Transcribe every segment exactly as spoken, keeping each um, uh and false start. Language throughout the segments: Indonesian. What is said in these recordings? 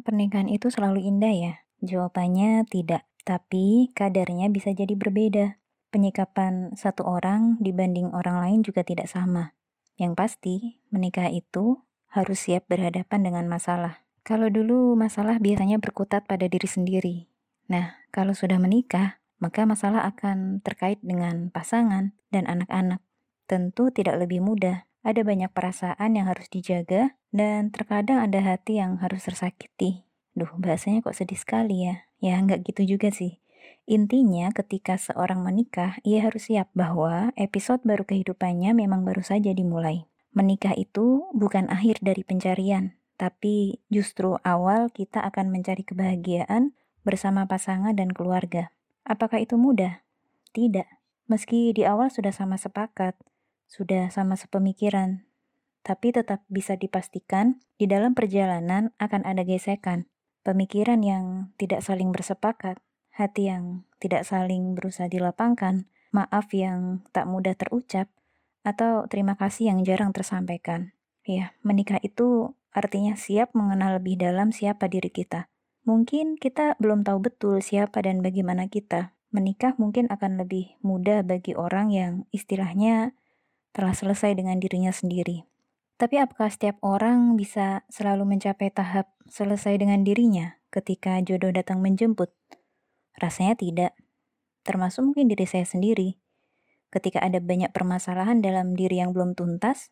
pernikahan itu selalu indah ya? Jawabannya tidak, tapi kadarnya bisa jadi berbeda. Penyikapan satu orang dibanding orang lain juga tidak sama. Yang pasti, menikah itu harus siap berhadapan dengan masalah. Kalau dulu masalah biasanya berkutat pada diri sendiri. Nah, kalau sudah menikah, maka masalah akan terkait dengan pasangan dan anak-anak. Tentu tidak lebih mudah. Ada banyak perasaan yang harus dijaga dan terkadang ada hati yang harus tersakiti. Duh, bahasanya kok sedih sekali ya. Ya, nggak gitu juga sih. Intinya ketika seorang menikah, ia harus siap bahwa episode baru kehidupannya memang baru saja dimulai. Menikah itu bukan akhir dari pencarian, tapi justru awal kita akan mencari kebahagiaan bersama pasangan dan keluarga. Apakah itu mudah? Tidak. Meski di awal sudah sama sepakat, sudah sama sepemikiran, tapi tetap bisa dipastikan di dalam perjalanan akan ada gesekan, pemikiran yang tidak saling bersepakat, hati yang tidak saling berusaha dilapangkan, maaf yang tak mudah terucap, atau terima kasih yang jarang tersampaikan. Ya, menikah itu artinya siap mengenal lebih dalam siapa diri kita. Mungkin kita belum tahu betul siapa dan bagaimana kita. Menikah mungkin akan lebih mudah bagi orang yang istilahnya telah selesai dengan dirinya sendiri. Tapi apakah setiap orang bisa selalu mencapai tahap selesai dengan dirinya ketika jodoh datang menjemput? Rasanya tidak, termasuk mungkin diri saya sendiri. Ketika ada banyak permasalahan dalam diri yang belum tuntas,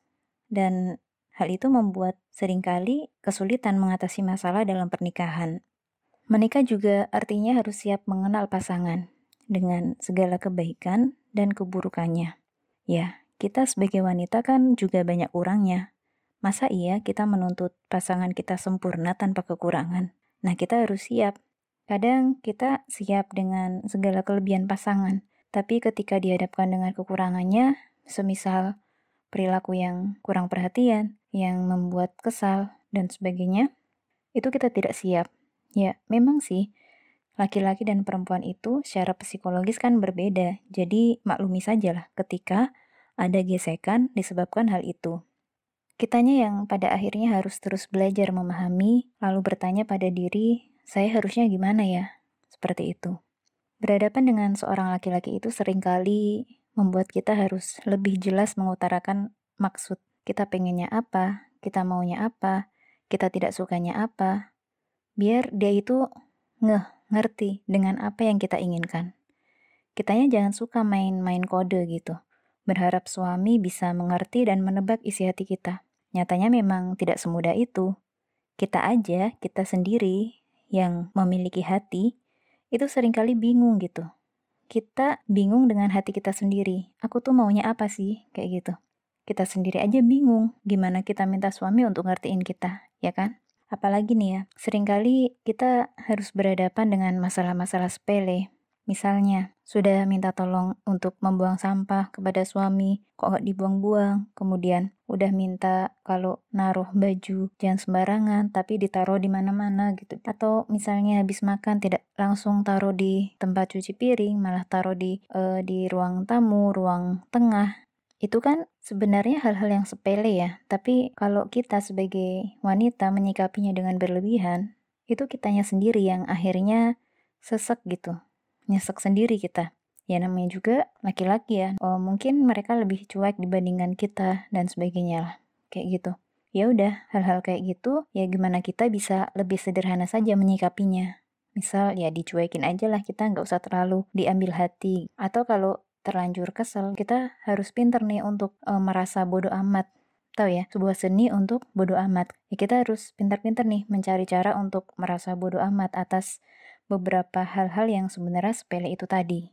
dan hal itu membuat seringkali kesulitan mengatasi masalah dalam pernikahan. Menikah juga artinya harus siap mengenal pasangan dengan segala kebaikan dan keburukannya. Ya, kita sebagai wanita kan juga banyak kurangnya. Masa iya kita menuntut pasangan kita sempurna tanpa kekurangan? Nah, kita harus siap. Kadang kita siap dengan segala kelebihan pasangan, tapi ketika dihadapkan dengan kekurangannya, semisal perilaku yang kurang perhatian, yang membuat kesal, dan sebagainya, itu kita tidak siap. Ya, memang sih, laki-laki dan perempuan itu secara psikologis kan berbeda, jadi maklumi sajalah ketika ada gesekan disebabkan hal itu. Kitanya yang pada akhirnya harus terus belajar memahami, lalu bertanya pada diri, saya harusnya gimana ya? Seperti itu. Berhadapan dengan seorang laki-laki itu seringkali membuat kita harus lebih jelas mengutarakan maksud. Kita pengennya apa, kita maunya apa, kita tidak sukanya apa. Biar dia itu ngeh, ngerti dengan apa yang kita inginkan. Kitanya jangan suka main-main kode gitu. Berharap suami bisa mengerti dan menebak isi hati kita. Nyatanya memang tidak semudah itu. Kita aja, kita sendiri yang memiliki hati, itu seringkali bingung gitu. Kita bingung dengan hati kita sendiri. Aku tuh maunya apa sih? Kayak gitu. Kita sendiri aja bingung gimana kita minta suami untuk ngertiin kita, ya kan? Apalagi nih ya, seringkali kita harus berhadapan dengan masalah-masalah sepele. Misalnya, sudah minta tolong untuk membuang sampah kepada suami, kok nggak dibuang-buang. Kemudian, udah minta kalau naruh baju jangan sembarangan, tapi ditaruh di mana-mana gitu. Atau misalnya habis makan tidak langsung taruh di tempat cuci piring, malah taruh di eh, di ruang tamu, ruang tengah. Itu kan sebenarnya hal-hal yang sepele ya, tapi kalau kita sebagai wanita menyikapinya dengan berlebihan, itu kitanya sendiri yang akhirnya sesek gitu. Nyesek sendiri kita. Ya namanya juga laki-laki ya. Oh, mungkin mereka lebih cuek dibandingkan kita dan sebagainya lah. Kayak gitu. Ya udah, hal-hal kayak gitu ya gimana kita bisa lebih sederhana saja menyikapinya. Misal ya dicuekin aja lah, kita nggak usah terlalu diambil hati. Atau kalau terlanjur kesel, kita harus pinter nih untuk e, merasa bodoh amat. Tahu ya, sebuah seni untuk bodoh amat. Ya kita harus pintar-pintar nih mencari cara untuk merasa bodoh amat atas beberapa hal-hal yang sebenarnya sepele itu tadi.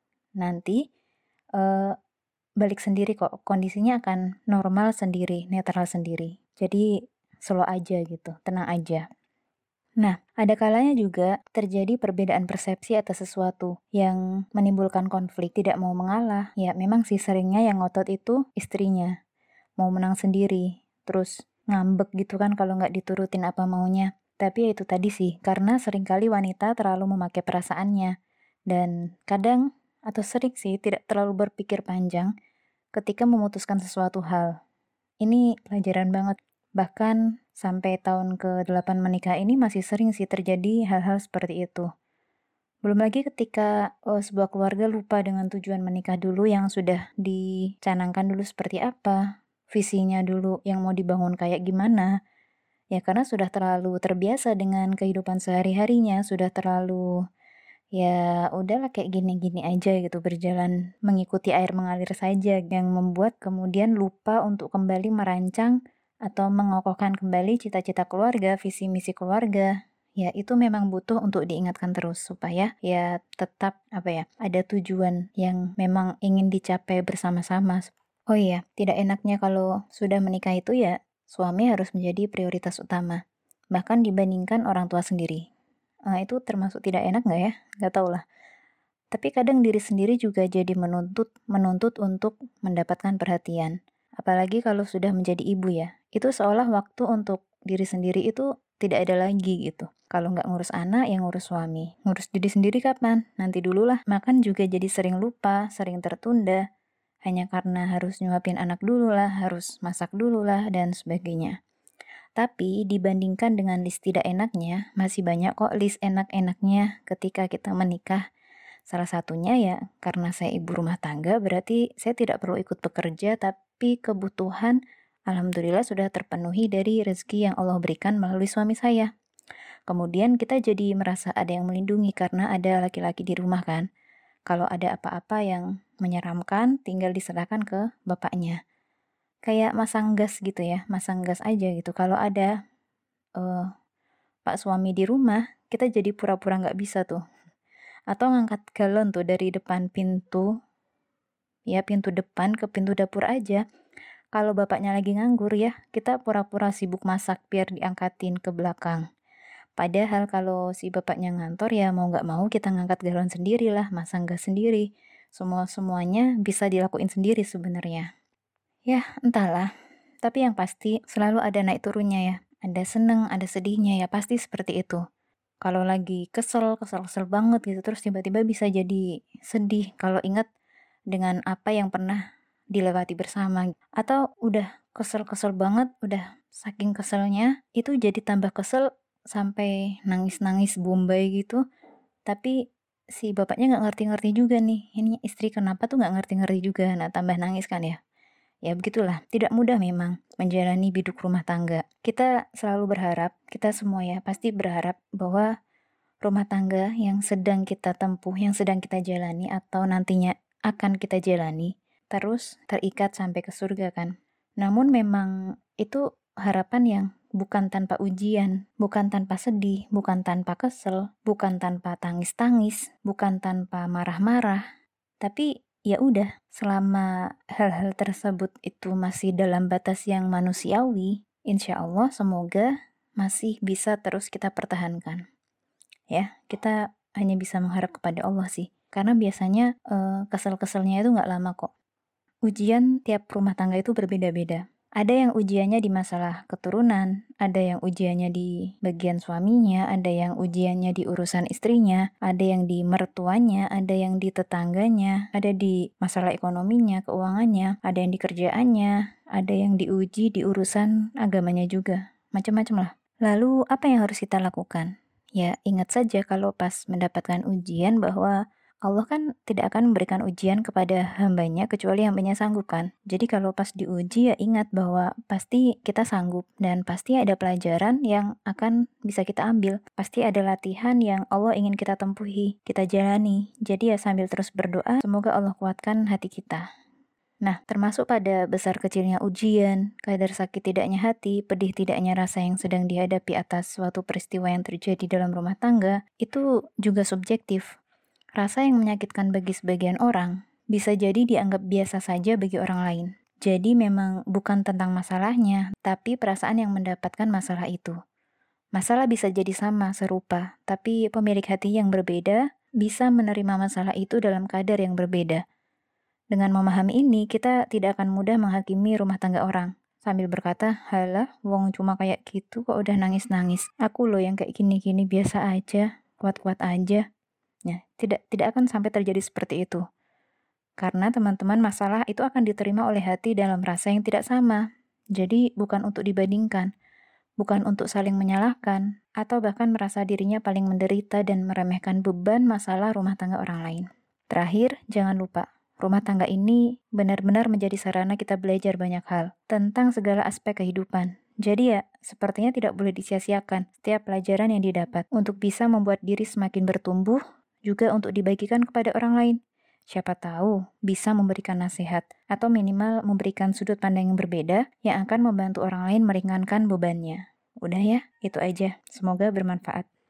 Nanti uh, balik sendiri kok, kondisinya akan normal sendiri, netral sendiri. Jadi slow aja gitu, tenang aja. Nah, ada kalanya juga terjadi perbedaan persepsi atas sesuatu yang menimbulkan konflik, tidak mau mengalah. Ya memang sih seringnya yang ngotot itu istrinya, mau menang sendiri, terus ngambek gitu kan kalau nggak diturutin apa maunya. Tapi ya itu tadi sih, karena seringkali wanita terlalu memakai perasaannya. Dan kadang, atau sering sih, tidak terlalu berpikir panjang ketika memutuskan sesuatu hal. Ini pelajaran banget. Bahkan Sampai tahun ke delapan menikah ini masih sering sih terjadi hal-hal seperti itu. Belum lagi ketika, eee, sebuah keluarga lupa dengan tujuan menikah dulu yang sudah dicanangkan dulu seperti apa, visinya dulu yang mau dibangun kayak gimana. Ya karena sudah terlalu terbiasa dengan kehidupan sehari-harinya, sudah terlalu, ya udahlah kayak gini-gini aja gitu, berjalan mengikuti air mengalir saja yang membuat kemudian lupa untuk kembali merancang atau mengokohkan kembali cita-cita keluarga, visi misi keluarga. Ya itu memang butuh untuk diingatkan terus supaya ya tetap apa ya, ada tujuan yang memang ingin dicapai bersama-sama. Oh iya, tidak enaknya kalau sudah menikah itu ya suami harus menjadi prioritas utama, bahkan dibandingkan orang tua sendiri. Eee, itu termasuk tidak enak nggak ya? Nggak tahu lah. Tapi kadang diri sendiri juga jadi menuntut menuntut untuk mendapatkan perhatian. Apalagi kalau sudah menjadi ibu ya. Itu seolah waktu untuk diri sendiri itu tidak ada lagi gitu. Kalau nggak ngurus anak, ya ngurus suami. Ngurus diri sendiri kapan? Nanti dululah. Makan juga jadi sering lupa, sering tertunda. Hanya karena harus nyuapin anak dulu lah, harus masak dulu lah, dan sebagainya. Tapi dibandingkan dengan list tidak enaknya, masih banyak kok list enak-enaknya ketika kita menikah. Salah satunya ya karena saya ibu rumah tangga berarti saya tidak perlu ikut bekerja tapi kebutuhan alhamdulillah sudah terpenuhi dari rezeki yang Allah berikan melalui suami saya. Kemudian kita jadi merasa ada yang melindungi karena ada laki-laki di rumah kan. Kalau ada apa-apa yang menyeramkan tinggal diserahkan ke bapaknya. Kayak masang gas gitu ya, masang gas aja gitu. Kalau ada eh, Pak suami di rumah, kita jadi pura-pura nggak bisa tuh. Atau ngangkat galon tuh dari depan pintu, ya pintu depan ke pintu dapur aja. Kalau bapaknya lagi nganggur ya, kita pura-pura sibuk masak biar diangkatin ke belakang. Padahal kalau si bapaknya ngantor ya mau nggak mau kita ngangkat galon sendiri lah, masang gas sendiri. Semua-semuanya bisa dilakuin sendiri sebenarnya. Ya, entahlah. Tapi yang pasti selalu ada naik turunnya ya. Ada seneng, ada sedihnya ya, pasti seperti itu. Kalau lagi kesel, kesel-kesel banget gitu, terus tiba-tiba bisa jadi sedih kalau ingat dengan apa yang pernah dilewati bersama. Atau udah kesel-kesel banget, udah saking keselnya, itu jadi tambah kesel sampai nangis-nangis bombay gitu. Tapi si bapaknya nggak ngerti-ngerti juga nih, ini istri kenapa tuh nggak ngerti-ngerti juga. Nah, tambah nangis kan ya. Ya begitulah, tidak mudah memang menjalani hidup rumah tangga. Kita selalu berharap, kita semua ya pasti berharap bahwa rumah tangga yang sedang kita tempuh, yang sedang kita jalani atau nantinya akan kita jalani, terus terikat sampai ke surga kan. Namun memang itu harapan yang bukan tanpa ujian, bukan tanpa sedih, bukan tanpa kesel, bukan tanpa tangis-tangis, bukan tanpa marah-marah. Tapi ya udah, selama hal-hal tersebut itu masih dalam batas yang manusiawi, insya Allah semoga masih bisa terus kita pertahankan. Ya, kita hanya bisa mengharap kepada Allah sih. Karena biasanya eh, kesel-keselnya itu nggak lama kok. Ujian tiap rumah tangga itu berbeda-beda. Ada yang ujiannya di masalah keturunan, ada yang ujiannya di bagian suaminya, ada yang ujiannya di urusan istrinya, ada yang di mertuanya, ada yang di tetangganya, ada di masalah ekonominya, keuangannya, ada yang di kerjaannya, ada yang diuji di urusan agamanya juga. Macam-macam lah. Lalu apa yang harus kita lakukan? Ya ingat saja kalau pas mendapatkan ujian bahwa Allah kan tidak akan memberikan ujian kepada hambanya kecuali hambanya sanggup kan. Jadi kalau pas diuji ya ingat bahwa pasti kita sanggup dan pasti ada pelajaran yang akan bisa kita ambil. Pasti ada latihan yang Allah ingin kita tempuhi, kita jalani. Jadi ya sambil terus berdoa, semoga Allah kuatkan hati kita. Nah, termasuk pada besar kecilnya ujian, kadar sakit tidaknya hati, pedih tidaknya rasa yang sedang dihadapi atas suatu peristiwa yang terjadi dalam rumah tangga, itu juga subjektif. Rasa yang menyakitkan bagi sebagian orang bisa jadi dianggap biasa saja bagi orang lain. Jadi memang bukan tentang masalahnya, tapi perasaan yang mendapatkan masalah itu. Masalah bisa jadi sama, serupa, tapi pemilik hati yang berbeda bisa menerima masalah itu dalam kadar yang berbeda. Dengan memahami ini, kita tidak akan mudah menghakimi rumah tangga orang. Sambil berkata, halah, wong cuma kayak gitu kok udah nangis-nangis. Aku loh yang kayak gini-gini biasa aja, kuat-kuat aja. Ya, tidak tidak akan sampai terjadi seperti itu. Karena teman-teman masalah itu akan diterima oleh hati dalam rasa yang tidak sama. Jadi bukan untuk dibandingkan. bukan untuk saling menyalahkan, atau bahkan merasa dirinya paling menderita dan meremehkan beban masalah rumah tangga orang lain. Terakhir, jangan lupa, rumah tangga ini benar-benar menjadi sarana kita belajar banyak hal tentang segala aspek kehidupan. Jadi ya, sepertinya tidak boleh disia-siakan setiap pelajaran yang didapat untuk bisa membuat diri semakin bertumbuh, juga untuk dibagikan kepada orang lain. Siapa tahu bisa memberikan nasihat atau minimal memberikan sudut pandang yang berbeda yang akan membantu orang lain meringankan bebannya. Udah ya, itu aja. Semoga bermanfaat.